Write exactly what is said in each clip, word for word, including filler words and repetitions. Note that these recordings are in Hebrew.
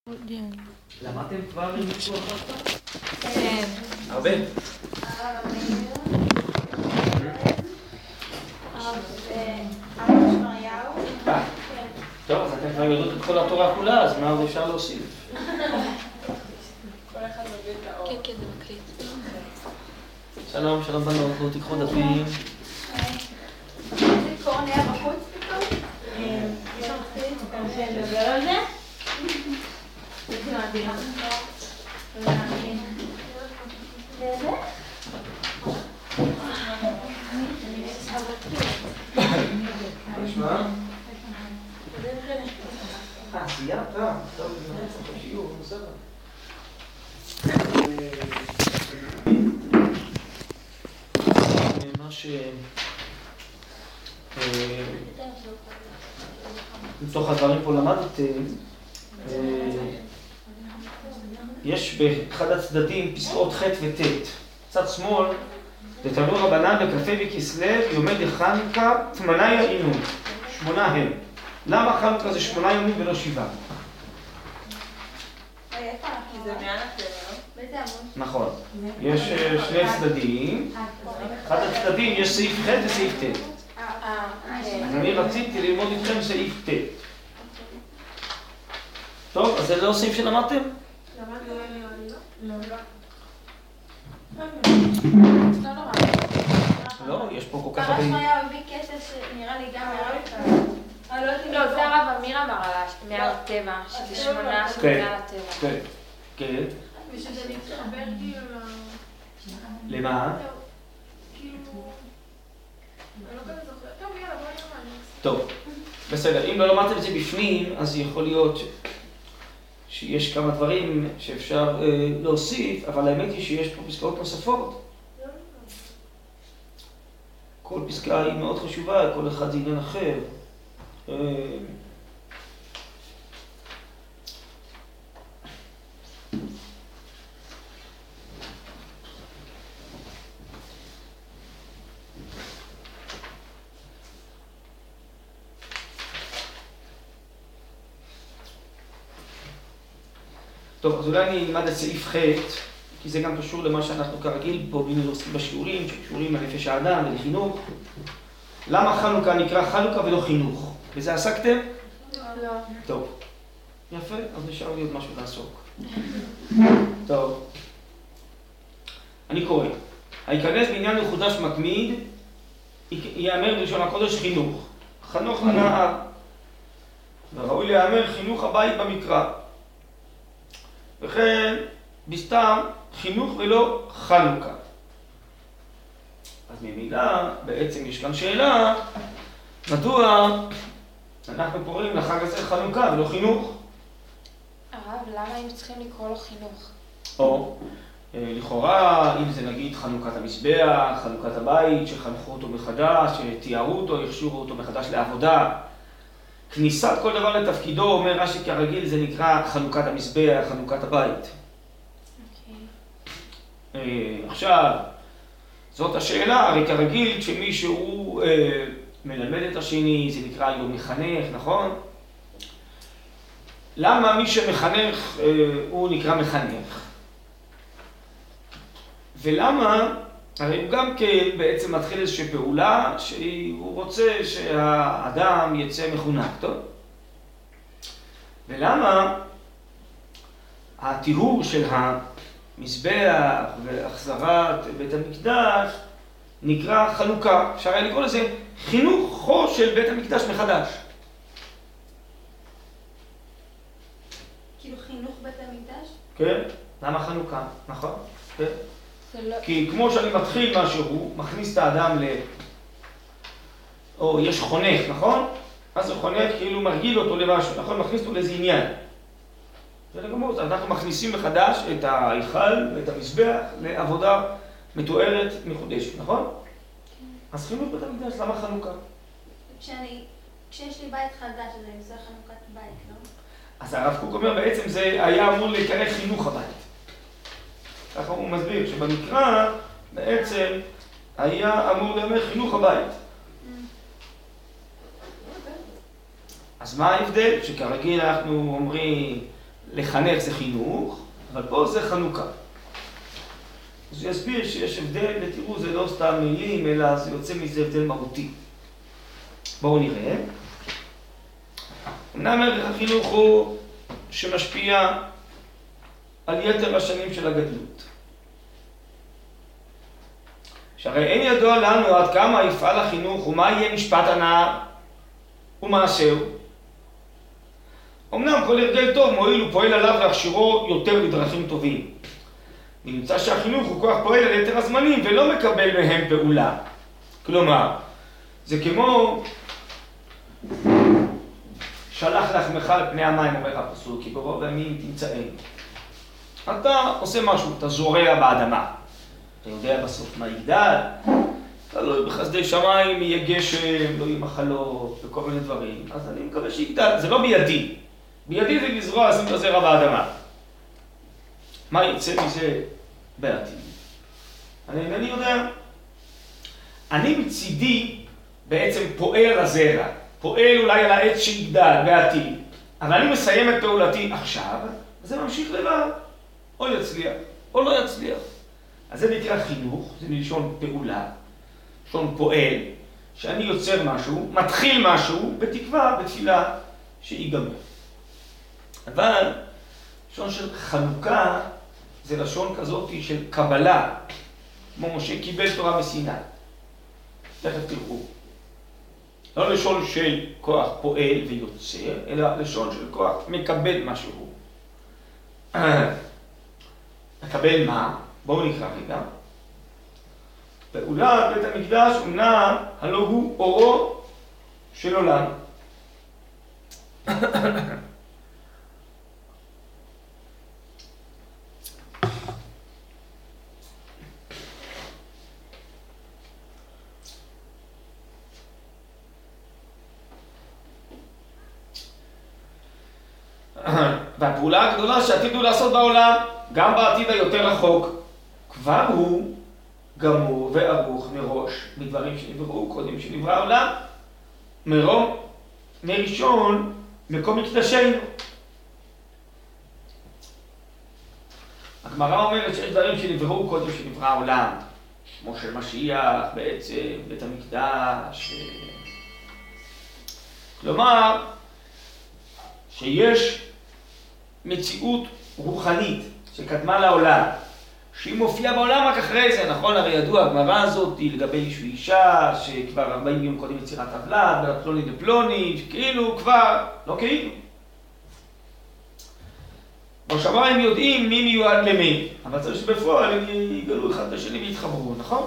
למדתם כבר ניצוח עכשיו? כן. הרבה? טוב, אז אתם כבר יודעות את כל התורה כולה, אז מה עוד אפשר להוסיף? כל אחד מביא את האור. כן, כן, זה מקליט. שלום, שלום בנות, בואו תיקחו דפים. איזה קורן היה בחוץ פתאום? יש לנו תחיל, אתה רוצה לדבר על זה? זה מעדירה. באמת? מה נשמע? אה, סיימת? טוב, נראה את השיעור, בסדר. מה ש... מתוך הדברים פה למדתם, יש באחד הצדדים פסקאות ח' וט'. צד שמאל, דתנו רבנן בקפה בכסלו, יומי דחנוכה תמנה יעינו, שמונה הם. למה חנוכה זה שמונה ימים ולא שבעה? זה מעל הטבע, לא? נכון. יש שני צדדים. אחד הצדדים יש סעיף ח' וסעיף ט'. אז אני רציתי ללמוד איתכם סעיף ט'. טוב, אז זה לא סעיף שלמדתם? לא, יש פה כל כך הרבה... הרב שמעיה הביא קטע שנראה לי גם מעל הטבע. לא, זה הרב אמיר אמר על מעל הטבע, שזה שמונה שזה מעל הטבע. כן, כן. ושזה מתחבר כאילו ל... למה? כאילו... אני לא כזה זוכרת. טוב, יאללה, בואי נראה. טוב, בסדר. אם לא למדתם את זה בפנים, אז יכול להיות שיש כמה דברים שאפשר להוסיף, אבל האמת היא שיש פה פסקאות נוספות. כל פסקה היא מאוד חשובה, כל אחד זה עניין אחר. טוב, אז אולי אני אלמד את סעיף ח', כי זה גם קשור למה שאנחנו כרגיל פה עושים בשיעורים, שקשורים לנפש האדם ולחינוך. למה חנוכה נקרא חנוכה ולא חינוך? בזה עסקתם? לא. טוב. יפה, אז נשאר לי עוד משהו לעסוק. טוב. אני קורא. היכנס בעניין מחודש מתמיד, יאמר בלשון הקודש חינוך. חנוך לנער. וראוי להיאמר חינוך הבית במקרא. וכן, בסתם, חינוך ולא חנוכה. אז ממילא, בעצם יש כאן שאלה, מדוע אנחנו קוראים לחג הזה חנוכה ולא חינוך? הרב, למה הם צריכים לקרוא לו חינוך? או, לכאורה, אם זה נגיד חנוכת המזבח, חנוכת הבית, שחנכו אותו מחדש, שתיארו אותו, יכשירו אותו מחדש לעבודה, כניסת כל דבר לתפקידו, אומר רש"י כרגיל, זה נקרא חנוכת המזבח, חנוכת הבית. Okay. עכשיו, זאת השאלה, הרי כרגיל, כשמישהו אה, מלמד את השני, זה נקרא יום מחנך, נכון? למה מי שמחנך אה, הוא נקרא מחנך? ולמה? הרי הוא גם כן בעצם מתחיל איזושהי פעולה שהוא רוצה שהאדם יצא מחונק, טוב? ולמה הטיהור של המזבח והחזרת בית המקדש נקרא חנוכה? אפשר היה לקרוא לזה חינוכו של בית המקדש מחדש. כאילו חינוך בית המקדש? כן? למה חנוכה? נכון? כן? לא... כי כמו שאני מתחיל משהו, מכניס את האדם ל... או יש חונך, נכון? אז הוא חונך כאילו מרגיל אותו למשהו, נכון? מכניס אותו לאיזה עניין. זה לגמרי, אז אנחנו מכניסים מחדש את ההיכל ואת המזבח לעבודה מתוארת מחודשת, נכון? כן. אז חינוך בית המקדש, למה חנוכה? כשאני... כשיש לי בית חדש, אז אני עושה חנוכת בית, לא? אז הרב קוק אומר, בעצם זה היה אמור להיקרא חינוך הבית. ככה הוא מסביר, שבמקרא בעצם היה אמור להיאמר חינוך הבית. אז מה ההבדל? שכרגיל אנחנו אומרים לחנך זה חינוך, אבל פה זה חנוכה. אז הוא יסביר שיש הבדל, ותראו, זה לא סתם מילים, אלא זה יוצא מזה הבדל מהותי. בואו נראה. אמנם ערך החינוך הוא שמשפיע על יתר השנים של הגדלות. שהרי אין ידוע לנו עד כמה יפעל החינוך ומה יהיה משפט הנער ומעשהו. אמנם כל הרגל טוב מועיל ופועל עליו להכשירו יותר לדרכים טובים. ונמצא שהחינוך הוא כוח פועל על יתר הזמנים ולא מקבל מהם פעולה. כלומר, זה כמו שלח לחמך על פני המים, אומר הפסוק, כי ברוב הימים תמצאנו. אתה עושה משהו, אתה זורע באדמה. אתה יודע בסוף מה יגדל, תלוי בחסדי שמיים, יהיה גשם, לא יהיה מחלות וכל מיני דברים. אז אני מקווה שיגדל, זה לא בידי. בידי זה לזרוע, לשים את הזרע באדמה. מה יצא מזה בעתיד? אני אינני יודע. אני מצידי בעצם פועל על הזרע, פועל אולי על העץ שיגדל בעתיד, אבל אני מסיים את פעולתי עכשיו, וזה ממשיך לבד. או יצליח, או לא יצליח. אז זה נקרא חינוך, זה מלשון פעולה, לשון פועל, שאני יוצר משהו, מתחיל משהו, בתקווה, בתפילה, שיגמר. אבל לשון של חנוכה זה לשון כזאת של קבלה, כמו משה קיבל תורה מסיני. תכף תראו. לא לשון של כוח פועל ויוצר, אלא לשון של כוח מקבל משהו. מקבל מה? בואו נקרא רגע. פעולת בית המקדש אומנם הלא הוא אורו של עולם. והפעולה הגדולה שעתידו לעשות בעולם, גם בעתיד היותר רחוק, כבר הוא גמור וערוך מראש מדברים שנבראו קודם שנברא העולם, מרום, מראשון, מקום מקדשנו. הגמרא אומרת שיש דברים שנבראו קודם שנברא העולם, כמו של משיח, בעצם, בית המקדש. כלומר, שיש מציאות רוחנית שקדמה לעולם, שהיא מופיעה בעולם רק אחרי זה, נכון? הרי ידוע, הגמרא הזאת היא לגבי איש ואישה, שכבר ארבעים יום קודם יצירת הוולד, פלוני דפלוני, שכאילו כבר, לא כאילו. בשמיים יודעים מי מיועד למי, אבל צריך שבפועל הם יגלו אחד לשני ויתחברו, נכון?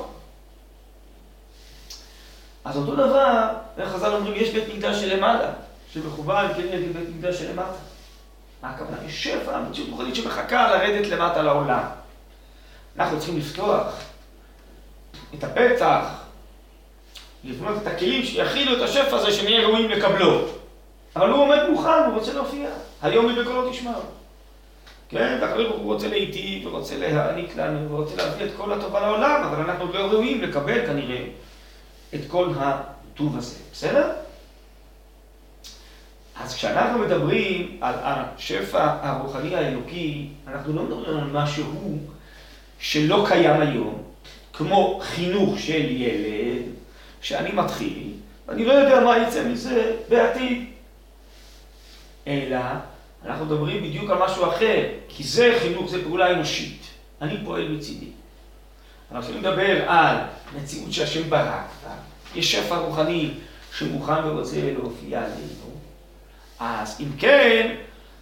אז אותו דבר, חז"ל אומרים, יש בית מקדש שלמעלה, שמכוון כנגד בית מקדש שלמטה. מה הכוונה? יש שפע, מציאות רוחנית שמחכה לרדת למטה לעולם. אנחנו צריכים לפתוח את הפתח, לבנות את הכלים שיכילו את השפע הזה שנהיה ראויים לקבלו. אבל הוא עומד מוכן, הוא רוצה להופיע. היום היא בקולו תשמעו. כן? והקדוש ברוך הוא רוצה להיטיב ורוצה להעניק לנו ורוצה להביא את כל הטובה לעולם, אבל אנחנו לא ראויים לקבל כנראה את כל הטוב הזה. בסדר? אז כשאנחנו מדברים על השפע הרוחני האלוקי, אנחנו לא מדברים על משהו שלא קיים היום, כמו חינוך של ילד, שאני מתחיל, ואני לא יודע מה יצא מזה בעתיד. אלא, אנחנו מדברים בדיוק על משהו אחר, כי זה חינוך, זה פעולה אנושית. אני פועל מצידי. אבל כשאני מדבר על מציאות שהשם ברק, יש שפע רוחני שמוכן ורוצה להופיע עלינו, אז אם כן,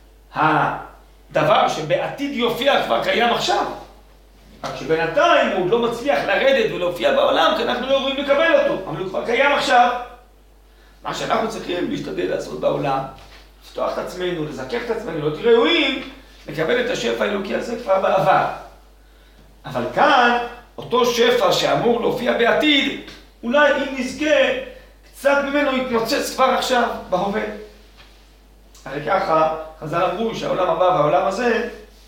הדבר שבעתיד יופיע כבר קיים עכשיו. רק שבינתיים הוא לא מצליח לרדת ולהופיע בעולם, כי אנחנו לא יכולים לקבל אותו, אבל הוא כבר קיים עכשיו. מה שאנחנו צריכים להשתדל לעשות בעולם, לפתוח את עצמנו, לזכך את עצמנו, להיות ראויים, לקבל את השפע האלוקי הזה כבר בעבר. אבל כאן, אותו שפע שאמור להופיע בעתיד, אולי אם נזכה, קצת ממנו יתנוצץ כבר עכשיו, בהווה. הרי ככה, חז"ל אמרו שהעולם הבא והעולם הזה,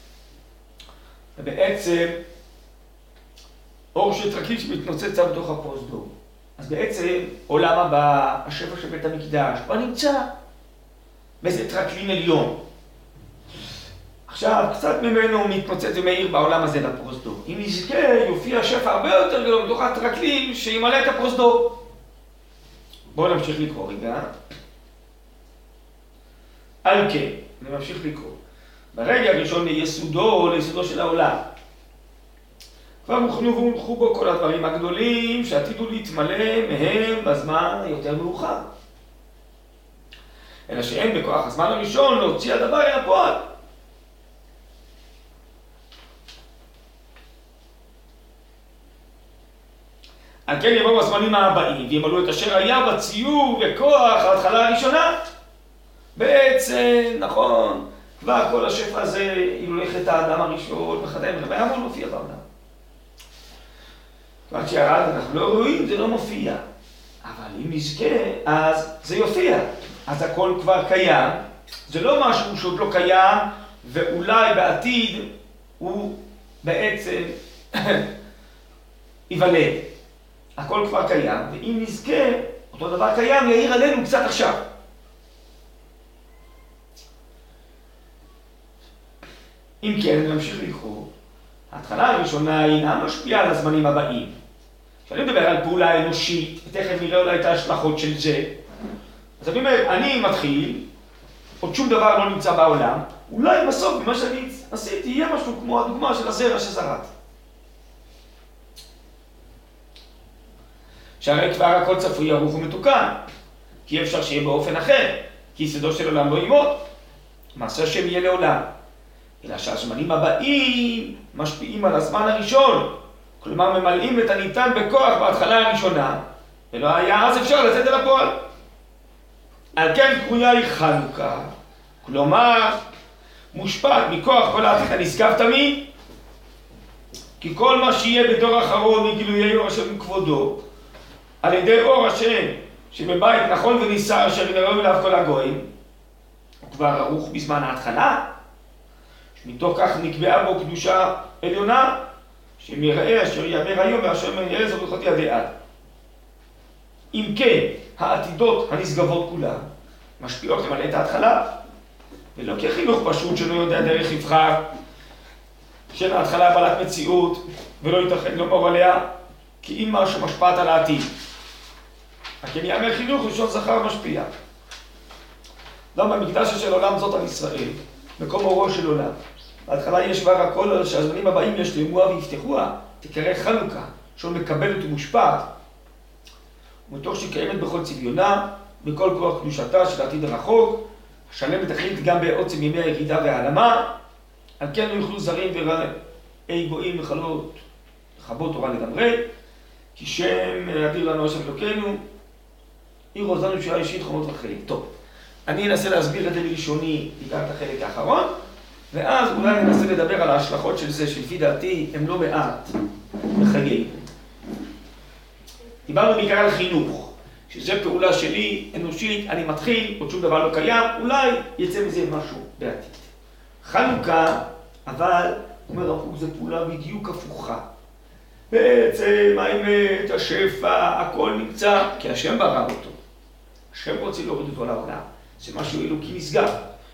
ובעצם אור של טרקית שמתנוצץ בתוך הפרוזדור. אז בעצם עולם הבא, השפע של בית המקדש, כבר נמצא באיזה טרקלין עליון. עכשיו, קצת ממנו מתנוצץ ומאיר בעולם הזה לפרוזדור. אם נזכה, יופיע שפע הרבה יותר גדול בתוך הטרקלין שימלא את הפרוזדור. בואו נמשיך לקרוא רגע. על כן, אני ממשיך לקרוא. ברגע הראשון ליסודו, ליסודו של העולם. כבר מוכנו והונחו בו כל הדברים הגדולים שעתידו להתמלא מהם בזמן היותר מאוחר. אלא שאין בכוח הזמן הראשון להוציא הדבר אל הפועל. על כן יבואו הזמנים הבאים וימלאו את אשר היה בציור וכוח ההתחלה הראשונה. בעצם, נכון, כבר כל השפע הזה ילולך את האדם הראשון וחטאים והיה אמור להופיע בעולם. כבר כשירד אנחנו לא רואים, זה לא מופיע. אבל אם נזכה, אז זה יופיע. אז הכל כבר קיים. זה לא משהו שעוד לא קיים, ואולי בעתיד הוא בעצם יוולד. הכל כבר קיים, ואם נזכה, אותו דבר קיים, יאיר עלינו קצת עכשיו. אם כן, נמשיך לקרוא. ההתחלה הראשונה אינה משפיעה על הזמנים הבאים. כשאני מדבר על פעולה אנושית, ותכף נראה אולי את ההשלכות של זה, אז אני אומר, אני מתחיל, עוד שום דבר לא נמצא בעולם, אולי בסוף במה שאני עשיתי יהיה משהו כמו הדוגמה של הזרע שזרעתי. שהרי כבר הכל צפוי ערוך ומתוקן, כי אפשר שיהיה באופן אחר, כי יסודו של עולם לא ימות, מעשה השם יהיה לעולם. אלא שהזמנים הבאים משפיעים על הזמן הראשון, כלומר ממלאים את הניתן בכוח בהתחלה הראשונה, ולא היה אז אפשר לצאת אל הפועל. על כן קרויה היא חנוכה, כלומר מושפעת מכוח כל העתיד הנשגב תמיד, כי כל מה שיהיה בדור האחרון מגילויי אור השם וכבודו, על ידי אור השם שבבית נכון ונישא אשר יראו אליו כל הגויים, הוא כבר ערוך בזמן ההתחלה, מתוך כך נקבעה בו קדושה עליונה, שמראה אשר יאמר היום ואשר יראה זו ברכות ידי עד. אם כן, העתידות הנשגבות כולן משפיעות למלא את ההתחלה, ולא כחינוך פשוט שלא יודע דרך יבחר, של ההתחלה בעלת מציאות, ולא ייתכן לומר עליה, כי אם משהו משפעת על העתיד. הכן יאמר חינוך ראשון זכר משפיע. למה במקדש של עולם זאת על ישראל, מקום אורו של עולם. בהתחלה יש כבר הכל, שהזמנים הבאים יש לימוה ויפתחוה, תקרא חנוכה, שהוא מקבלת ומושפעת. ומתוך שקיימת בכל צביונה, בכל כוח קדושתה של העתיד הרחוק, השלם ותכלית גם בעוצם ימי הירידה והעלמה, על כן לא יוכלו זרים ורעי גויים וחלות, לכבות תורה לגמרי, כי שם אדיר לנו השם אלוקינו, עיר עוזנו שעה אישית חומות וחלק. טוב, אני אנסה להסביר את זה בראשוני, בעיקר את החלק האחרון, ואז אולי ננסה לדבר על ההשלכות של זה, שלפי דעתי הם לא מעט בחיים. דיברנו בעיקר על חינוך, שזו פעולה שלי, אנושית, אני מתחיל, עוד שום דבר לא קיים, אולי יצא מזה משהו בעתיד. חנוכה, אבל, אומר הרב קוק, זו פעולה בדיוק הפוכה. בעצם האמת, השפע, הכל נמצא, כי השם ברא אותו. השם רוצה להוריד אותו לעולם. זה משהו אלוקי נשגב.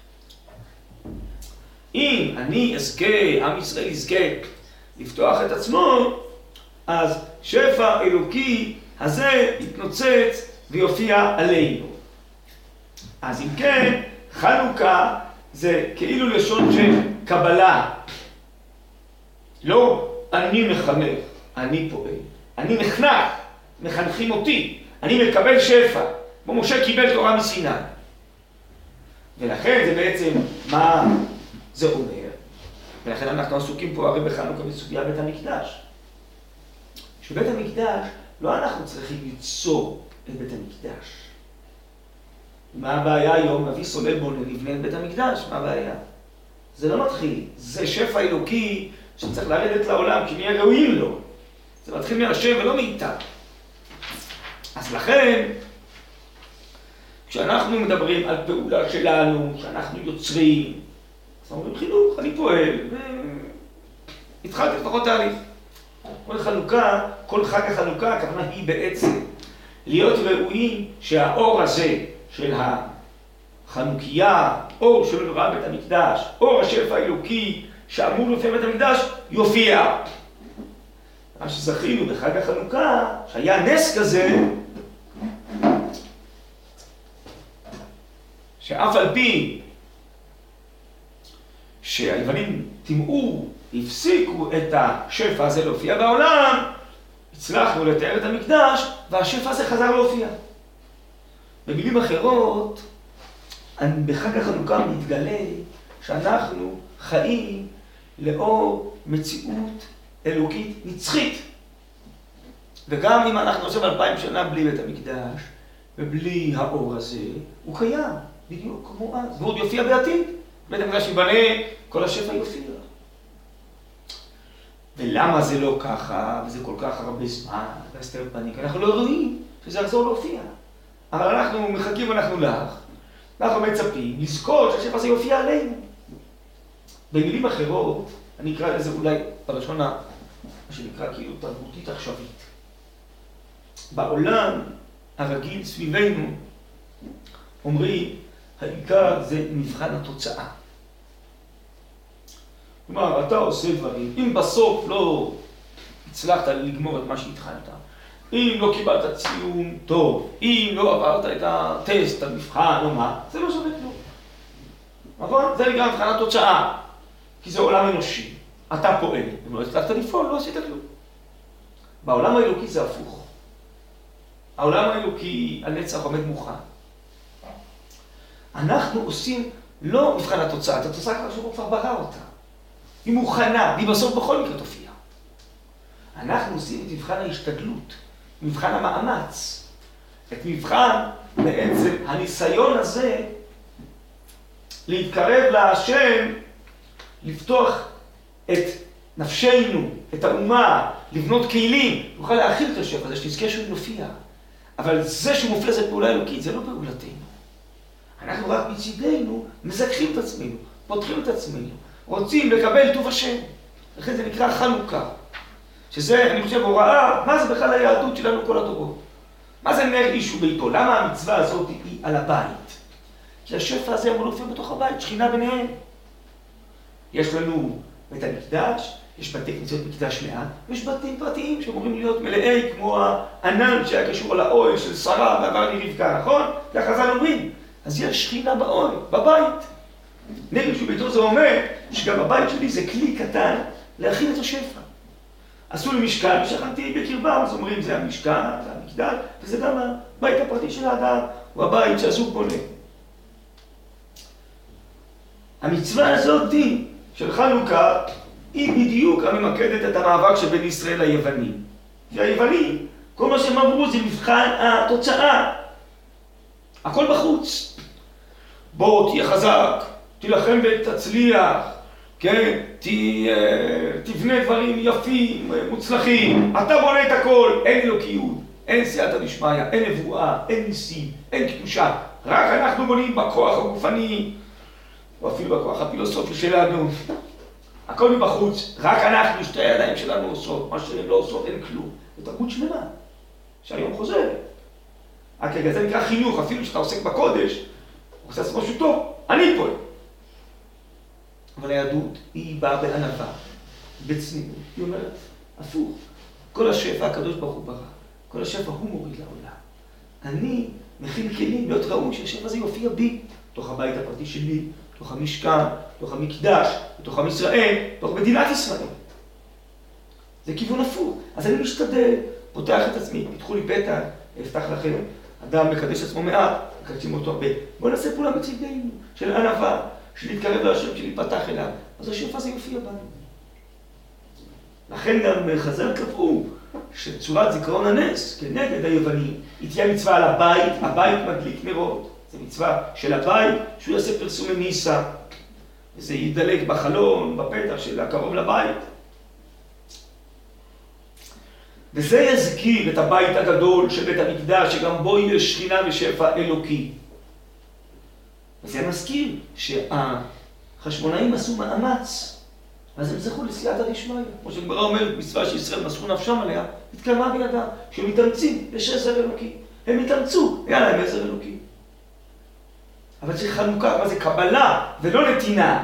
אם אני אזכה, עם ישראל יזכה לפתוח את עצמו, אז שפע אלוקי הזה יתנוצץ ויופיע עלינו. אז אם כן, חנוכה זה כאילו לשון של קבלה. לא אני מחנך, אני פועל. אני מחנך, מחנכים אותי. אני מקבל שפע. כמו משה קיבל תורה מסיני. ולכן זה בעצם מה זה אומר. ולכן אנחנו עסוקים פה הרי בחנוכה בסוגיה בית המקדש. שבית המקדש, לא אנחנו צריכים ליצור את בית המקדש. מה הבעיה היום? נביא סולומון לבנות את בית המקדש, מה הבעיה? זה לא מתחיל. זה שפע אלוקי שצריך לרדת לעולם כי נהיה ראויים לו. זה מתחיל מהשם ולא מאיתה. אז לכן, כשאנחנו מדברים על פעולה שלנו, שאנחנו יוצרים, אז אומרים חינוך, אני פועל, והתחלתי לפחות תהליך. כל חנוכה, כל חג החנוכה, הכוונה היא בעצם להיות ראויים שהאור הזה של חנוכיה, אור של נורא בית המקדש, אור השפע האלוקי שאמור להופיע בית המקדש, יופיע. מה שזכינו בחג החנוכה, שהיה נס כזה, שאף על פי שהיוונים טימאו, הפסיקו את השפע הזה להופיע בעולם, הצלחנו לתאר את המקדש, והשפע הזה חזר להופיע. במילים אחרות, בחג החנוכה מתגלה שאנחנו חיים לאור מציאות אלוקית נצחית. וגם אם אנחנו עכשיו אלפיים שנה בלי בית המקדש, ובלי האור הזה, הוא קיים, בדיוק כמו אז, ועוד יופיע בעתיד. בית המקדש ייבנה, כל השפע יופיע. ולמה זה לא ככה, וזה כל כך הרבה זמן, והסתר פניק, אנחנו לא רואים שזה יחזור להופיע. אבל אנחנו מחכים ואנחנו לך, אנחנו מצפים לזכור שהשפע הזה יופיע עלינו. במילים אחרות, אני אקרא לזה אולי בלשון מה שנקרא כאילו תרבותית עכשווית. בעולם הרגיל סביבנו אומרים, העיקר זה מבחן התוצאה. כלומר, אתה עושה דברים, אם בסוף לא הצלחת לגמור את מה שהתחלת, אם לא קיבלת ציון טוב, אם לא עברת את הטסט, המבחן או מה, זה לא שווה כלום. נכון? זה נקרא מבחן התוצאה, כי זה עולם אנושי. אתה פועל, אם לא הצלחת לפעול, לא עשית כלום. בעולם האלוקי זה הפוך. העולם האלוקי הנצח עומד מוכן. אנחנו עושים לא מבחן התוצאה, את התוצאה כבר שהוא כבר ברא אותה. היא מוכנה, והיא בסוף בכל מקרה תופיע. אנחנו עושים את מבחן ההשתדלות, מבחן המאמץ, את מבחן בעצם הניסיון הזה להתקרב להשם, לפתוח את נפשנו, את האומה, לבנות כלים, נוכל להכיל את השפע הזה, שנזכה שהוא יופיע. אבל זה שהוא מופיע זה פעולה אלוקית, זה לא פעולתנו. אנחנו רק מצידנו מזכחים את עצמנו, פותחים את עצמנו, רוצים לקבל טוב השם. לכן זה נקרא חנוכה. שזה, אני חושב, הוראה, מה זה בכלל היהדות שלנו כל הדורות? מה זה נר איש וביתו? למה המצווה הזאת היא על הבית? כי השפע הזה אמור להופיע בתוך הבית, שכינה ביניהם. יש לנו בית המקדש, יש בתי כנסיות מקדש מעט, ויש בתים פרטיים שאמורים להיות מלאי כמו הענן שהיה קשור על האוהל של שרה ועבר לרבקה, נכון? ככה חז"ל אומרים. אז יש שכינה באוהל, בבית. נר איש וביתו זה אומר שגם הבית שלי זה כלי קטן להכיל את השפע. עשו לי משכן, ושכנתי בקרבם, אז אומרים זה המשכן, זה המקדש, וזה גם הבית הפרטי של האדם, הוא הבית שהזוג בונה. המצווה הזאת של חנוכה היא בדיוק הממקדת את המאבק שבין ישראל ליוונים. והיוונים, כל מה שהם אמרו זה מבחן התוצאה. הכל בחוץ. בוא, תהיה חזק, תילחם ותצליח, כן? תבנה דברים יפים, מוצלחים. אתה בונה את הכל, אין אלוקיות, אין סייעתא דשמיא, אין נבואה, אין ניסים, אין קדושה. רק אנחנו בונים בכוח הגופני, או אפילו בכוח הפילוסופי שלנו. הכל מבחוץ, רק אנחנו, שתי הידיים שלנו עושות, מה שהן לא עושות אין כלום. זו תרבות שלמה, שהיום חוזרת. רק רגע, זה נקרא חינוך, אפילו שאתה עוסק בקודש, הוא עושה לעשות משהו טוב, אני פועל. אבל היהדות היא באה בענווה, בצניעות, היא אומרת, הפוך, כל השפע הקדוש ברוך הוא ברא, כל השפע הוא מוריד לעולם. אני מכין כלים להיות ראוי שהשפע הזה יופיע בי, תוך הבית הפרטי שלי, תוך המשכן, תוך המקדש, תוך עם ישראל, תוך מדינת ישראל. זה כיוון הפוך. אז אני משתדל, פותח את עצמי, פתחו לי פתח, אפתח לכם, אדם מקדש עצמו מעט, מקדשים אותו הרבה. בואו נעשה פעולה בצדנו, של ענווה, של להתקרב להשם, של להתפתח אליו. אז השפע הזה יופיע בנו. לכן גם חז"ל קבעו שצורת זיכרון הנס, כנגד היוונים, היא תהיה מצווה על הבית, הבית מדליק נרות. זה מצווה של הבית, שהוא יעשה פרסומי מיסה. וזה ידלק בחלון, בפתח של הקרוב לבית. וזה יזכיר את הבית הגדול של בית המקדש, שגם בו יש שכינה ושפע אלוקי. וזה מזכיר שהחשמונאים עשו מאמץ, אז הם זכו לסייעתא דשמיא. כמו שגמרא אומרת, מצווה שישראל מסרו נפשם עליה, התקיימה בידם, שהם מתאמצים, יש עזר אלוקי. הם התאמצו, היה להם עזר אלוקי. אבל זה חלוקה, מה זה קבלה ולא נתינה.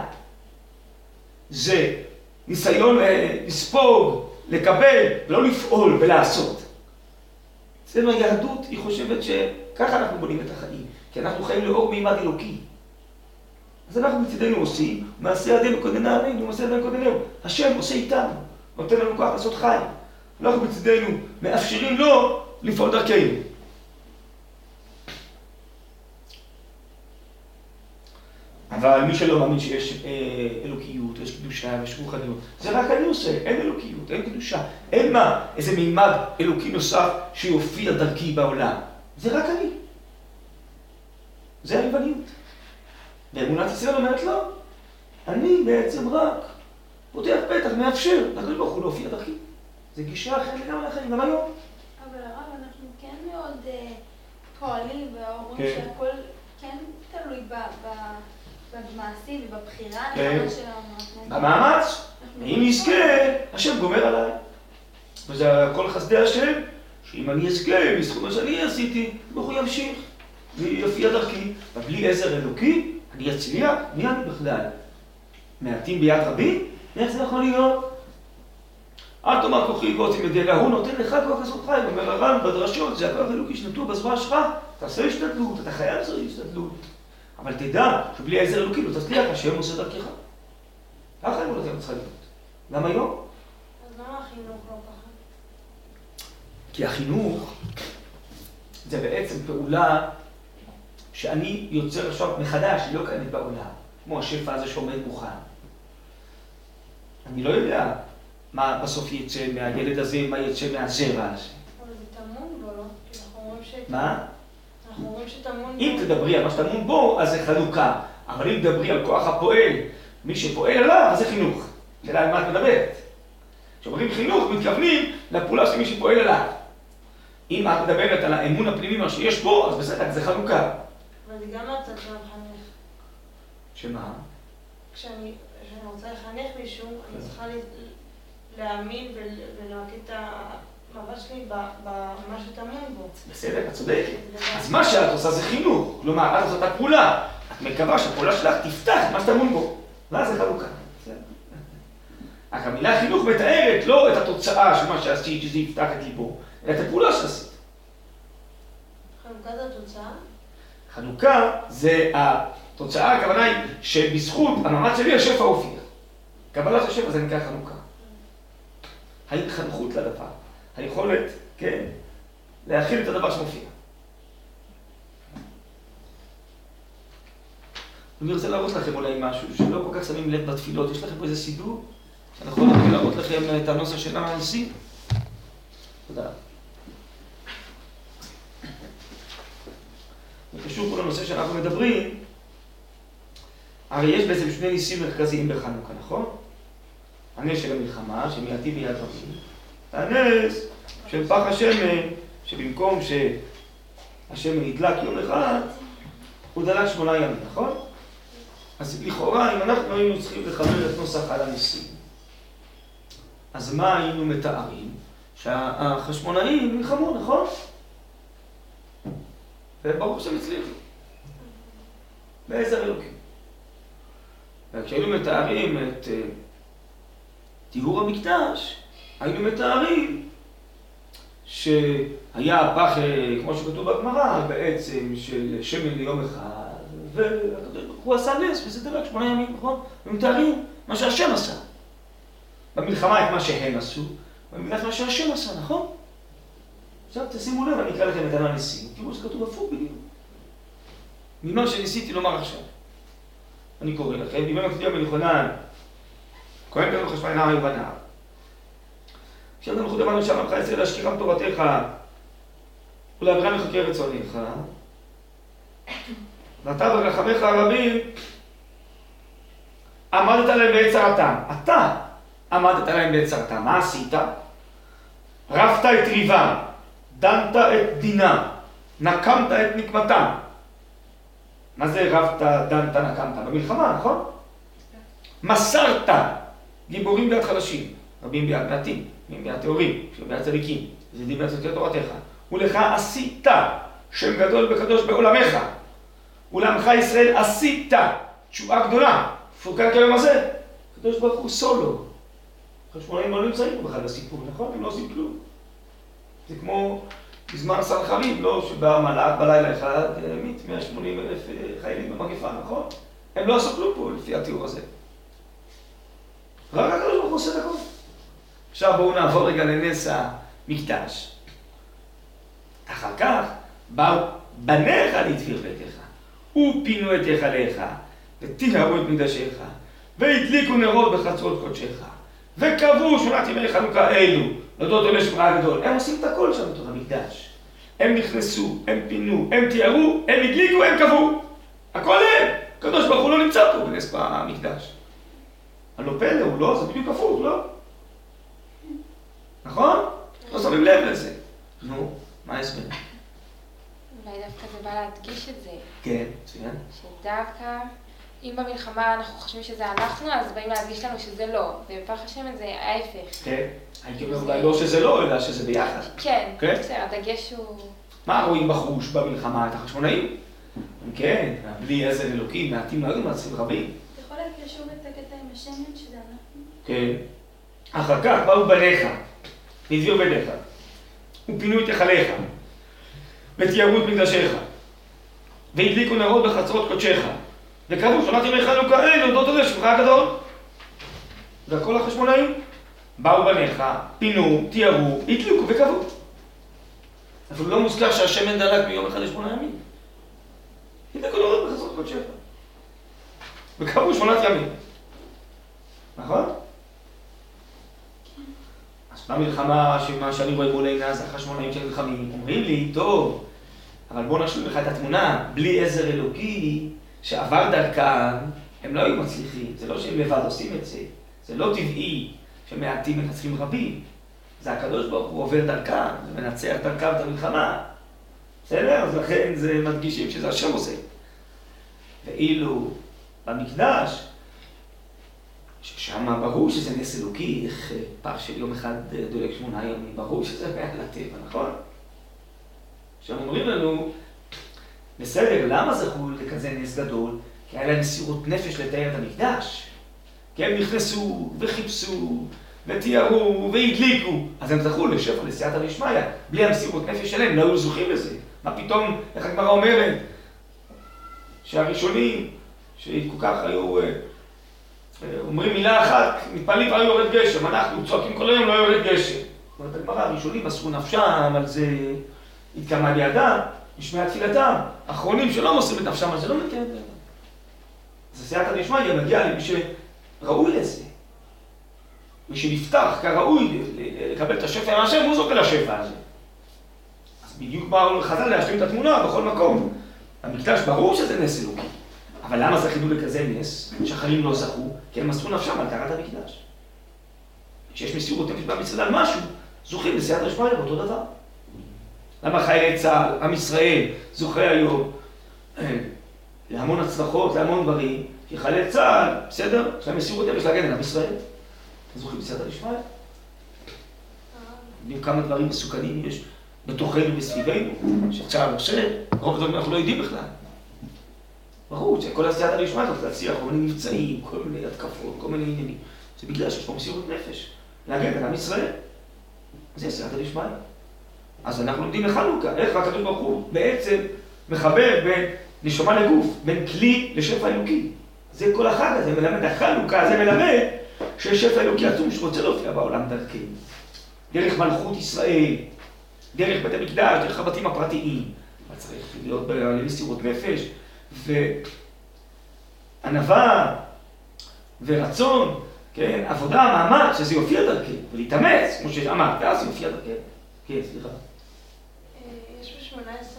זה ניסיון לספוג, לקבל, ולא לפעול ולעשות. אצלנו היהדות היא חושבת שככה אנחנו בונים את החיים, כי אנחנו חיים לאור מימד אלוקי. אז אנחנו מצדנו עושים, מעשה ידינו קודנה עלינו, מעשה ידינו קודנהו. השם עושה איתנו, נותן לנו כוח לעשות חיים. אנחנו מצדנו מאפשרים לו לפעול דרכנו. אבל מי שלא מאמין שיש אה, אלוקיות, יש קדושה, יש רוחניות, זה רק אני עושה, אין אלוקיות, אין קדושה. אין מה, איזה מימד אלוקי נוסף שיופיע דרכי בעולם. זה רק אני. זה היווניות. ואמונת ישראל אומרת לא, אני בעצם רק פותח פתח, מאפשר, לקדוש ברוך הוא להופיע דרכי. זה גישה אחרת לגמרי לחיים, גם היום. אבל הרב, אנחנו כן מאוד uh, פועלים ואומרים כן. שהכל כן תלוי ב... ב... במעשים ובבחירה כן. הנכונה שלנו. במאמץ, אם נזכה, השם גומר עליי. וזה הכל חסדי השם, שאם אני אזכה, בזכות מה שאני עשיתי, ברוך הוא ימשיך ויופיע דרכי. ובלי עזר אלוקי, אני אצליח, מי אני בכלל? מעטים ביד רבים? איך זה יכול להיות? אל תאמר כוחי ועוצם ידי, אלא הוא נותן לך כוח לעשות חיים. אומר הר"ן בדרשות, זה הכוח אלוקי שנטוע בזרוע שלך, תעשה השתדלות, אתה חייב לעשות השתדלות. אבל תדע שבלי עזר אלוקי לא תצליח, השם עושה דרכך. ככה אמונתנו צריכה להיות. גם היום. אז למה החינוך לא ככה? כי החינוך זה בעצם פעולה שאני יוצר עכשיו מחדש, היא לא קיימת בעולם. כמו השפע הזה שעומד מוכן. אני לא יודע מה בסוף יצא מהילד הזה, מה יצא מהזרע הזה. אבל זה טמון בו, לא? כי אנחנו אומרים ש... מה? אנחנו אומרים שטמון בו... אם תדברי על מה שטמון בו, אז זה חלוקה. אבל אם תדברי על כוח הפועל, מי שפועל עליו, אז זה חינוך. שאלה על מה את מדברת. כשאומרים חינוך, מתכוונים לפעולה של מי שפועל עליו. אם את מדברת על האמון הפנימי, מה שיש בו, אז בסדר, זה חלוקה. אבל זה גם מהצד של המחנך. שמה? כשאני כשאני רוצה לחנך מישהו, אני צריכה להאמין ולהקים את המבט שלי במה שטמון בו. בסדר, את צודקת. אז מה שאת עושה זה חינוך. כלומר, את עושה את הפעולה. את מקווה שהפעולה שלך תפתח את מה שטמון בו. ואז זה חלוקה. רק המילה חינוך מתארת לא את התוצאה של מה שעשית, שזה יפתח את ליבו, אלא את הפעולה שעשית. חלוקה זה התוצאה? חנוכה זה התוצאה, הכוונה היא שבזכות המאמץ שלי השפע הופיע. קבלת השפע זה נקרא חנוכה. ההתחנכות לדבר, היכולת, כן, להכיל את הדבר שמופיע. אני רוצה להראות לכם אולי משהו שלא כל כך שמים לב בתפילות. יש לכם פה איזה סידור? אני יכול להראות לכם את הנוסח של הנשיא? תודה. זה קשור פה לנושא שאנחנו מדברים. הרי יש בעצם שני ניסים מרכזיים בחנוכה, נכון? הנס של המלחמה, שמעטים ביד רבים. והנס של פח השמן, שבמקום שהשמן ידלק יום אחד, הוא דלק שמונה ימים, נכון? אז לכאורה, אם אנחנו היינו צריכים לחבר את נוסח על הניסים, אז מה היינו מתארים? שהחשמונאים נלחמו, נכון? וברוך שהם הצליחו. בעזר אלוקים. וכשהיינו מתארים את טיהור המקדש, היינו מתארים שהיה הפח, כמו שכתוב בגמרא, בעצם של שמן ליום אחד, והוא עשה נס, וזה דלק שמונה ימים, נכון? ומתארים מה שהשם עשה. במלחמה את מה שהם עשו, ובמקדש מה שהשם עשה, נכון? עכשיו תשימו לב, אני אקרא לכם את הניסים, כמו שכתוב הפוך בדיוק. ממה שניסיתי לומר עכשיו. אני קורא לכם, בימי מקדימה בן יוחנן, כהן גדול חשמונאי נער ובניו. עכשיו גם חודם לנו שם עמך ישראל להשכיחם תורתך ולהעבירם לחוקי רצונך. ואתה ברחמיך הרבים עמדת להם בעת צרתם. אתה עמדת להם בעת צרתם. מה עשית? רפת את ריבם, דנת את דינם, נקמת את נקמתם. מה זה רבת, דנת, נקמת? במלחמה, נכון? מסרת גיבורים ביד חלשים, רבים ביד מעטים, רבים ביד טהורים, שלום ביד צדיקים, זדים ביד צדקי תורתך. ולך עשית שם גדול וקדוש בעולמך. ולעמך ישראל עשית תשועה גדולה. פורקן כיום הזה. הקדוש ברוך הוא סולו. החשמונאים לא נמצאים פה בכלל בסיפור, נכון? הם לא עושים כלום. זה כמו בזמן סנחריב, לא? שבא מלאך בלילה אחד, העמיד מאה ושמונים אלף חיילים במגפה, נכון? הם לא עשו כלום פה לפי התיאור הזה. רק הקדוש ברוך הוא עושה את הכל. עכשיו בואו נעבור רגע לנס המקדש. אחר כך באו בניך לתפאר ביתך, ופינו את היכליך, וטיהרו את מקדשך, והדליקו נרות בחצרות קודשך, וקבעו שמונת ימי חנוכה אלו, להודות על השם הגדול. הם עושים את הכל שם בתוך המקדש. הם נכנסו, הם פינו, הם תיארו, הם הדליקו, הם קבעו. הכל הם. הקדוש ברוך הוא לא נמצא פה בנס במקדש. הלא פלא, הוא לא, זה בדיוק הפוך, לא? נכון? לא שמים לב לזה. נו, מה ההסבר? אולי דווקא זה בא להדגיש את זה. כן, מצוין. שדווקא, אם במלחמה אנחנו חושבים שזה אנחנו, אז באים להדגיש לנו שזה לא. ובפרח השם זה ההפך. כן. הייתי אומר אולי לא שזה לא, אלא שזה ביחד. כן, כן? בסדר, הדגש הוא... מה רואים בחוש במלחמה? את החשמונאים? כן, בלי עזר אלוקים, מעטים לא היו מעצים רבים. אתה יכול להקריא שוב את הקטע עם השמן שזה אנחנו? כן. אחר כך באו בניך, והביאו בניך, ופינו את היכליך, ותיארו את מקדשך, והדליקו נרות בחצרות קודשך, וקבעו שמונת ימי חנוכה אלו, להודות על שמך הגדול. וכל החשמונאים באו בניך, פינו, תיארו, הדליקו וקבעו. אפילו לא מוזכר שהשמן דלק מיום אחד לשמונה ימים. הדליקו נרות בחצרות קודשך, וקבעו שמונת ימים. נכון? אז במלחמה, שמה שאני רואה מול עיני, זה החשמונאים שנלחמים, אומרים לי, טוב, אבל בוא נשלים לך את התמונה, בלי עזר אלוקי שעבר דרכם, הם לא היו מצליחים. זה לא שהם לבד עושים את זה. זה לא טבעי שמעטים מנצחים רבים. זה הקדוש ברוך הוא עובר דרכם, זה מנצח דרכם את המלחמה. בסדר? אז לכן זה מדגישים שזה השם עושה. ואילו במקדש, ששם ברור שזה נס אלוקי, איך פח של יום אחד דולק שמונה ימים, ברור שזה מעל הטבע, נכון? עכשיו אומרים לנו, בסדר, למה זכו לכזה נס גדול? כי היה להם מסירות נפש לתאר את המקדש. כי הם נכנסו וחיפשו ותיארו והדליקו. אז הם זכו לשפע לסייעתא דשמיא. בלי המסירות נפש שלהם, לא היו זוכים לזה. מה פתאום, איך הגמרא אומרת, שהראשונים, שכל כך היו... אומרים מילה אחת, מתפללים והיו יורד גשם, אנחנו צועקים כל היום לא יורד גשם. זאת אומרת, הגמרא, הראשונים מסרו נפשם, על זה התקיימה בידם, נשמעה תפילתם. האחרונים שלא מוסרים את נפשם, על זה לא מתקיים בידם. אז הסייעתא דשמיא מגיע למי שראוי לזה. מי שנפתח כראוי לקבל את השפע מהשם, הוא זוכה לשפע הזה. אז בדיוק באו חז"ל להשלים את התמונה בכל מקום. המקדש ברור שזה נס אלוקי. אבל למה זכינו לכזה נס? שאחרים לא זכו, כי הם מסרו נפשם על טהרת המקדש. כשיש מסירות נפש בעם ישראל על משהו, זוכים לסייעתא דשמיא באותו דבר. למה חיילי צה"ל, עם ישראל, זוכה היום להמון הצלחות, להמון דברים, כי חיילי צה"ל, בסדר? יש להם מסירות נפש להגן על עם ישראל. זוכים לסייעתא דשמיא. יודעים כמה דברים מסוכנים יש בתוכנו וסביבנו, שצה"ל עושה, רוב הדברים אנחנו לא יודעים בכלל. ברור שכל הסייעתא דשמיא הזאת להצליח כל מיני מבצעים, כל מיני התקפות, כל מיני עניינים. זה בגלל שיש פה מסירות נפש, להגן על עם ישראל. זה סייעתא דשמיא. אז אנחנו לומדים בחנוכה, איך הקדוש ברוך הוא בעצם מחבר בין נשמה לגוף, בין כלי לשפע אלוקי. זה כל החג הזה מלמד, החנוכה הזה מלמד שיש שפע אלוקי עצום שרוצה להופיע בעולם דרכנו. דרך מלכות ישראל, דרך בית המקדש, דרך הבתים הפרטיים. אבל צריך להיות במסירות נפש, וענווה, ורצון, כן, עבודה, מאמץ, שזה יופיע דרכנו, ולהתאמץ, כמו שאמרת, ואז יופיע דרכנו. כן, סליחה. יש בשמונה עשרה,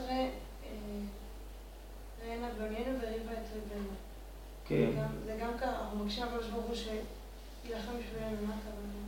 ראינה בנינו וריבה את ריבנו. כן. זה גם ככה, אנחנו מבקשים הקדוש ברוך הוא שילחם בשבילנו, מה הכוונה?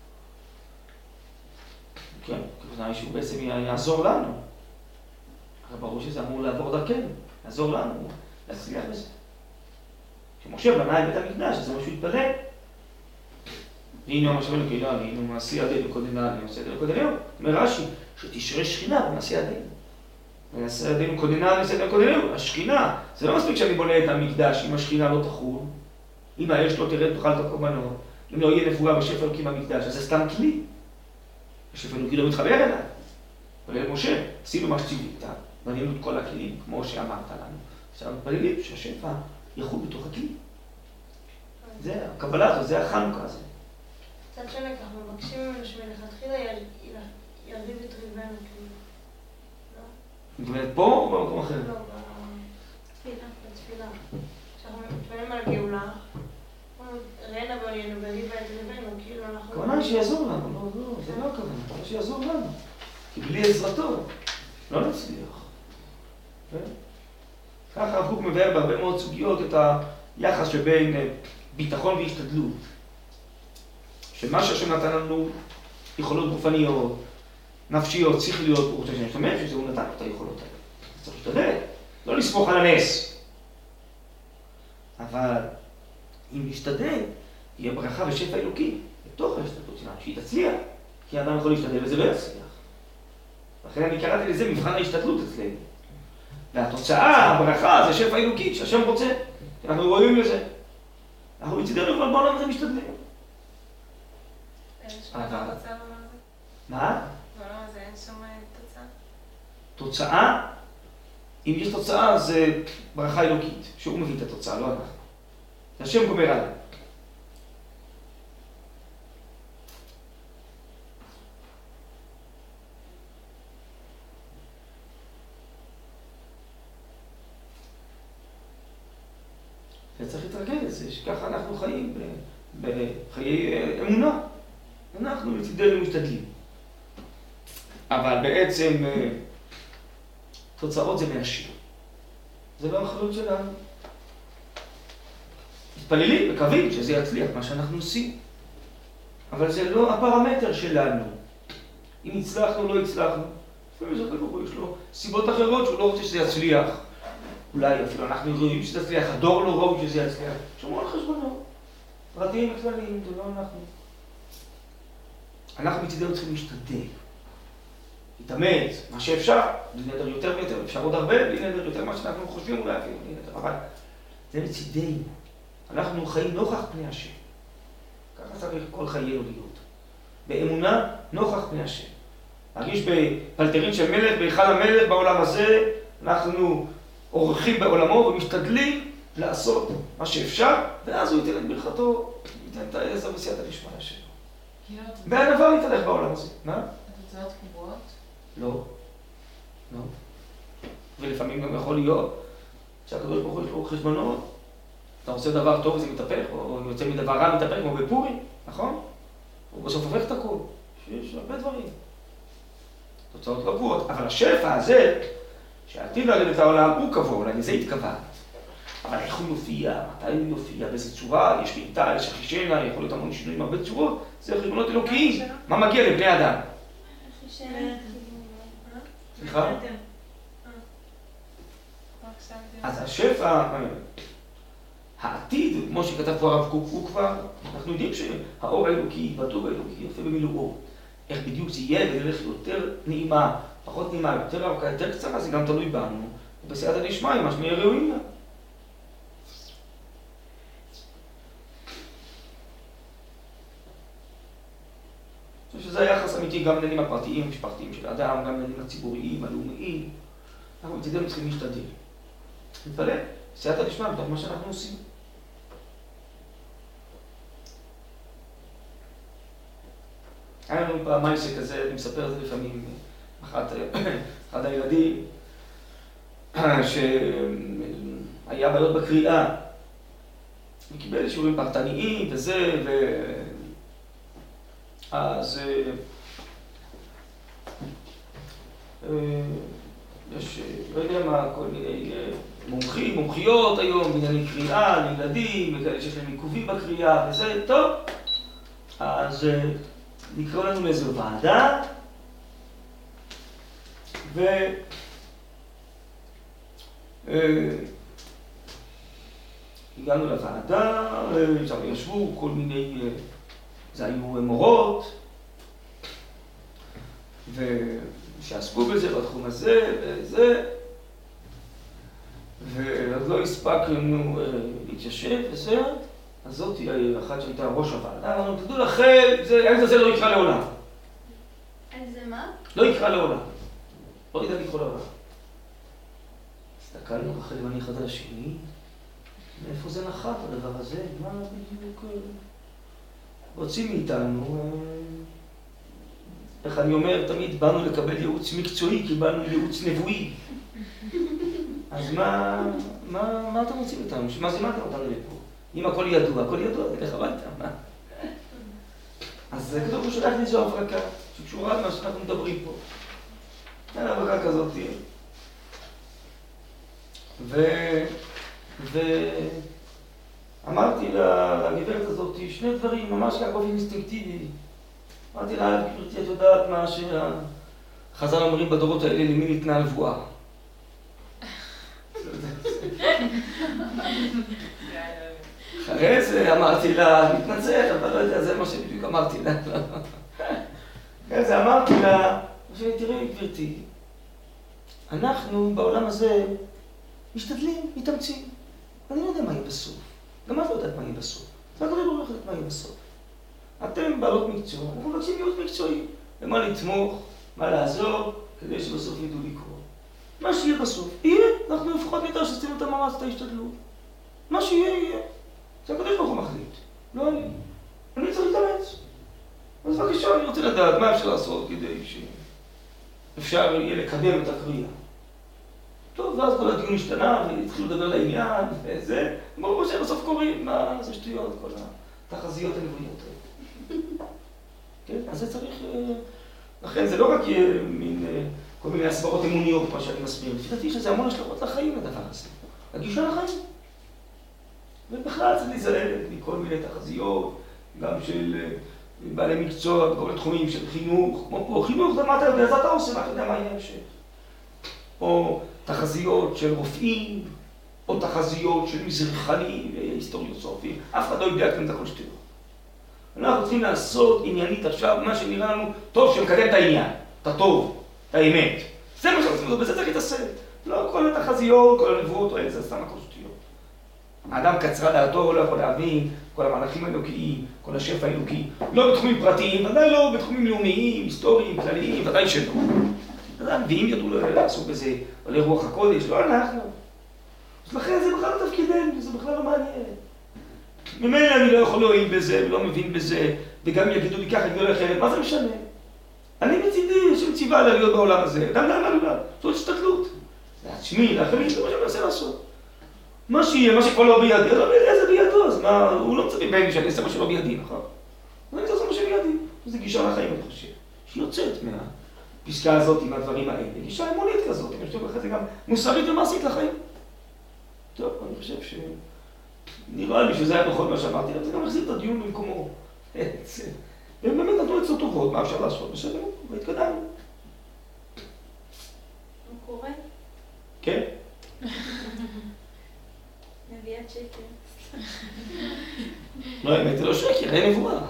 כן, הכוונה היא שהוא בעצם יעזור לנו. אבל ברור שזה אמור לעבור דרכנו, יעזור לנו, להצליח בזה. כשמשה בנה את בית המקדש, זה מה שהוא התפלל. והנה מה שווה לקהילה, והנה מעשי ידינו קודם לנו, מעשי ידינו קודם לנו. אומר רש"י, שתשרה שכינה במעשי ידינו. ויעשה ידינו כוננה ויעשה ידינו כוננו, השכינה. זה לא מספיק שאני בונה את המקדש אם השכינה לא תחול, אם האש לא תרד תאכל את הקורבנות, אם לא יהיה נבואה בשפע אלוקים במקדש, אז זה סתם כלי. השפע אלוקים לא מתחבר אליי. אבל משה, עשינו מה שציווית, בנינו את כל הכלים, כמו שאמרת לנו. עכשיו מתפללים שהשפע יחול בתוך הכלי. זה הקבלה הזאת, זה החנוכה הזה. קצת שונה, אנחנו מבקשים ממנו שמלכתחילה ירחיב את ריבנו, כאילו. לא? זאת אומרת, פה או במקום אחר? לא, בתפילה. בתפילה. כשאנחנו מתפללים על הגאולה, ראינה בעולנו והריבה את ריבנו, כאילו אנחנו... הכוונה שיעזור לנו, לא, לא, זה לא הכוונה, שיעזור לנו. כי בלי עזרתו, לא נצליח. ככה הרב קוק מבאר בהרבה מאוד סוגיות את היחס שבין ביטחון והשתדלות. שמה שהשם נתן לנו יכולות גופניות, נפשיות, שכליות, הוא רוצה שנשתמש, שזה הוא נתן את היכולות האלה. צריך להשתדל, לא לסמוך על הנס. אבל אם נשתדל, יהיה ברכה ושפע אלוקי בתוך ההשתדלות שלנו, שהיא תצליח. כי האדם יכול להשתדל וזה לא יצליח. לכן אני קראתי לזה מבחן ההשתדלות אצלנו. והתוצאה, הברכה, זה שפע אלוקי, שהשם רוצה. אנחנו רואים לזה. אנחנו מצידנו כבר בעולם הזה משתדלים. אין שום תוצאה בעולם הזה? מה? בעולם הזה אין שום תוצאה? תוצאה? אם יש תוצאה, זה ברכה אלוקית, שהוא מביא את התוצאה, לא אנחנו. זה השם גומר עליי. וצריך להתרגל את זה, שככה אנחנו חיים בחיי אמונה. אנחנו מצידנו משתדלים. אבל בעצם תוצאות זה מהשם. זה לא האחריות שלנו. מתפללים, מקווים שזה יצליח מה שאנחנו עושים. אבל זה לא הפרמטר שלנו. אם הצלחנו או לא הצלחנו. לפעמים זה לא, יש לו סיבות אחרות שהוא לא רוצה שזה יצליח. אולי אפילו אנחנו רואים שזה יצליח, הדור לא ראוי שזה יצליח. שומעו על חשבונו. פרטיים וכלליים, זה לא אנחנו. אנחנו מצידנו צריכים להשתדל. להתאמץ, מה שאפשר, בלי נדר יותר ויותר, אפשר עוד הרבה, בלי נדר יותר מה שאנחנו חושבים אולי אפילו, בלי נדר, אבל זה מצידנו. אנחנו חיים נוכח פני השם. ככה צריך כל חיינו להיות. באמונה, נוכח פני השם. להרגיש בפלטרין של מלך, בהיכל המלך בעולם הזה, אנחנו עורכים בעולמו ומשתדלים לעשות מה שאפשר, ואז הוא ייתן את ברכתו, ייתן את העזר וסייעתא דשמיא שלו. בענווה להתהלך בעולם הזה. מה? התוצאות קבועות? לא. לא. ולפעמים גם יכול להיות שהקדוש ברוך הוא יש לו חשבונות. אתה עושה דבר טוב וזה מתהפך, או יוצא מדבר רע מתהפך, כמו בפורים, נכון? הוא בסוף הופך את הכל. יש הרבה דברים. תוצאות לא קבועות. אבל השפע הזה, שעתיד לרדת את העולם, הוא קבוע, אולי לזה התכוון. אבל איך הוא יופיע? מתי הוא יופיע? באיזה צורה? יש מיטה, יש אחישנה, יכול להיות המון שינויים, הרבה צורות. זה חשבונות אלוקיים. מה מגיע לבני אדם? סליחה? אז השפע, העתיד, כמו שכתב כבר הרב קוק, הוא כבר, אנחנו יודעים שהאור האלוקי, בטוב האלוקי, יופיע במילואו. איך בדיוק זה יהיה בדרך יותר נעימה, פחות נעימה, יותר ארוכה, יותר קצרה, זה גם תלוי בנו. ובסייעתא דשמיא, מה שנהיה ראויים לה. אני חושב שזה היחס אמיתי גם לעניינים הפרטיים, המשפחתיים של האדם, גם לעניינים הציבוריים, הלאומיים. אנחנו מצידנו צריכים להשתדל. להתפלל, סייעתא דשמיא בתוך מה שאנחנו עושים. היה לנו פעם מייסה כזה, אני מספר את זה לפעמים, אחד, אחד הילדים, שהיה בעיות בקריאה, וקיבל שיעורים פרטניים וזה, ו... אז יש, לא יודע מה, כל מיני מומחים, מומחיות היום, בענייני קריאה, לילדים, וכאלה שיש להם עיכובים בקריאה, וזה, טוב. אז נקרא לנו לאיזו ועדה, ו... הגענו לוועדה, שם ישבו כל מיני... זה היו מורות, שעסקו בזה, בתחום הזה, וזה, ועוד לא הספקנו להתיישב וזה, אז זאת היא אחת שהייתה ראש הוועדה, אמרנו, תדעו לכם, הילד הזה לא יקרא לעולם. איזה מה? לא יקרא לעולם. לא ידע לקרוא לעולם. הסתכלנו רחל ואני אחד על השני, מאיפה זה נחת הדבר הזה? מה בדיוק רוצים מאיתנו? איך אני אומר, תמיד באנו לקבל ייעוץ מקצועי, קיבלנו ייעוץ נבואי. אז מה, מה, מה אתם רוצים איתנו? מה זה, מה אתם אותנו לפה? אם הכל ידוע, הכל ידוע, תלך הביתה, מה? אז כתוב הוא שלח לי איזו הברקה, שקשורה למה שאנחנו מדברים פה. היה הברקה כזאת. ו... ואמרתי לגברת הזאת שני דברים, ממש כך באופן אינסטינקטיבי. אמרתי לה, גברתי, את יודעת מה שהחז"ל אומרים בדורות האלה, למי ניתנה הנבואה? אחרי זה אמרתי לה, מתנצל, אבל לא יודע, זה מה שבדיוק אמרתי לה. אחרי זה אמרתי לה, תראי גברתי, אנחנו בעולם הזה משתדלים, מתאמצים. אני לא יודע מה יהיה בסוף. גם את לא יודעת מה יהיה בסוף. ואת לא יודעת מה יהיה בסוף. אתם בעלות מקצוע, אנחנו מבקשים ייעוץ מקצועי. למה לתמוך, מה לעזור, כדי שבסוף ידעו לקרוא. מה שיהיה בסוף, יהיה, אנחנו לפחות נדע שעשינו את המאמץ, את ההשתדלות. מה שיהיה, יהיה. זה הקדוש ברוך הוא מחליט. לא אני. אני צריך להתאמץ. אז בבקשה, אני רוצה לדעת מה אפשר לעשות כדי שאפשר יהיה לקדם את הקריאה. טוב, ואז כל הדיון השתנה, והתחילו לדבר לעניין, וזה, ברור שבסוף קוראים, מה זה שטויות, כל התחזיות הנבואיות האלה. כן? אז זה צריך... לכן זה לא רק מין כל מיני הסברות אמוניות, מה שאני מסביר. לפי דעתי שזה המון השלכות לחיים, הדבר הזה. הגישה לחיים. ובכלל צריך להיזהר מכל מיני תחזיות, גם של בעלי מקצוע, בכל מיני תחומים של חינוך, כמו פה, חינוך זה מה אתה יודע, אז אתה עושה, מה אתה יודע מה יהיה המשך. או תחזיות של רופאים, או תחזיות של מזרחנים והיסטוריוסופים, אף אחד לא יודע כאן את הכל שתדעו. אנחנו צריכים לעשות עניינית עכשיו מה שנראה לנו טוב שמקדם את העניין, את הטוב, את האמת. זה מה שאנחנו צריכים, בזה צריך להתעסק. לא כל התחזיות, כל הנבואות, זה סתם הכל שטויות. האדם קצרה דעתו, לא יכול להבין כל המהלכים האלוקיים, כל השפע האלוקי, לא בתחומים פרטיים, ודאי לא בתחומים לאומיים, היסטוריים, כלליים, ודאי שלא. ואם ידעו לעסוק בזה, או לרוח הקודש, לא אנחנו. אז לכן זה בכלל לא תפקידנו, זה בכלל לא מעניין. ממילא אני לא יכול להועיל בזה, ולא מבין בזה, וגם יגידו לי ככה, יגידו לי אחרת, מה זה משנה? אני מצידי שמציבה עליה להיות בעולם הזה, אדם לאן עלולה, זאת השתדלות. לעצמי, לאחרים, זה מה שאני מנסה לעשות. מה שיהיה, מה שכבר לא בידי, לא בידי, זה בידו, אז מה, הוא לא מצפה ממני שאני אעשה מה שלא בידי, נכון? אז אני אעשה מה שבידי. זה גישה לחיים, אני חושב, שהיא יוצאת מהפסקה הזאת עם הדברים האלה. גישה אמונית כזאת, אני חושב אחרי זה גם מוסרית ומעשית לחיים. טוב, אני חושב ש... נראה לי שזה היה נכון מה שאמרתי, אבל זה גם החזיר את הדיון במקומו. והם באמת נתנו עצות טובות, מה אפשר לעשות? בסדר, והתקדמנו. הוא קורא? כן. נביאת שקר. לא, האמת, זה לא שקר, אין נבואה.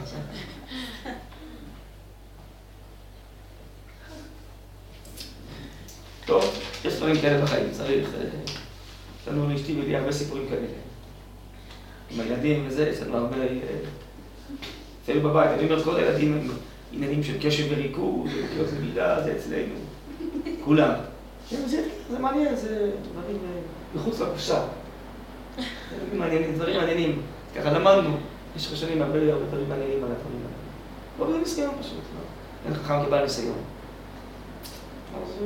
טוב, יש דברים כאלה בחיים, צריך... יש לנו לאשתי ולי הרבה סיפורים כאלה. עם הילדים וזה, יש לנו הרבה... אצלנו בבית, אני אומר, כל הילדים הם עניינים של קשב וריכוז, וקריאות למידה, זה אצלנו. כולם. זה מעניין, זה דברים מחוץ לקופסה. דברים מעניינים, דברים מעניינים. ככה למדנו, במשך השנים הרבה הרבה דברים מעניינים על הדברים האלה. לא בגלל ניסיון פשוט, לא. אין חכם כבעל ניסיון. אז...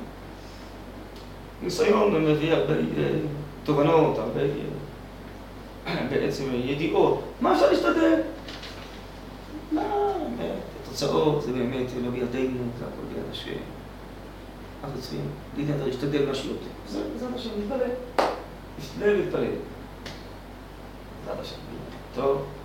ניסיון מביא הרבה תובנות, הרבה בעצם ידיעות. מה אפשר להשתדל? מה, באמת, התוצאות זה באמת לא בידינו, זה הכל ביד השם. אנחנו צריכים להשתדל משהו יותר. זה מה שאני מתפלל. להשתדל להתפלל. זה מה שאני מתפלל. טוב.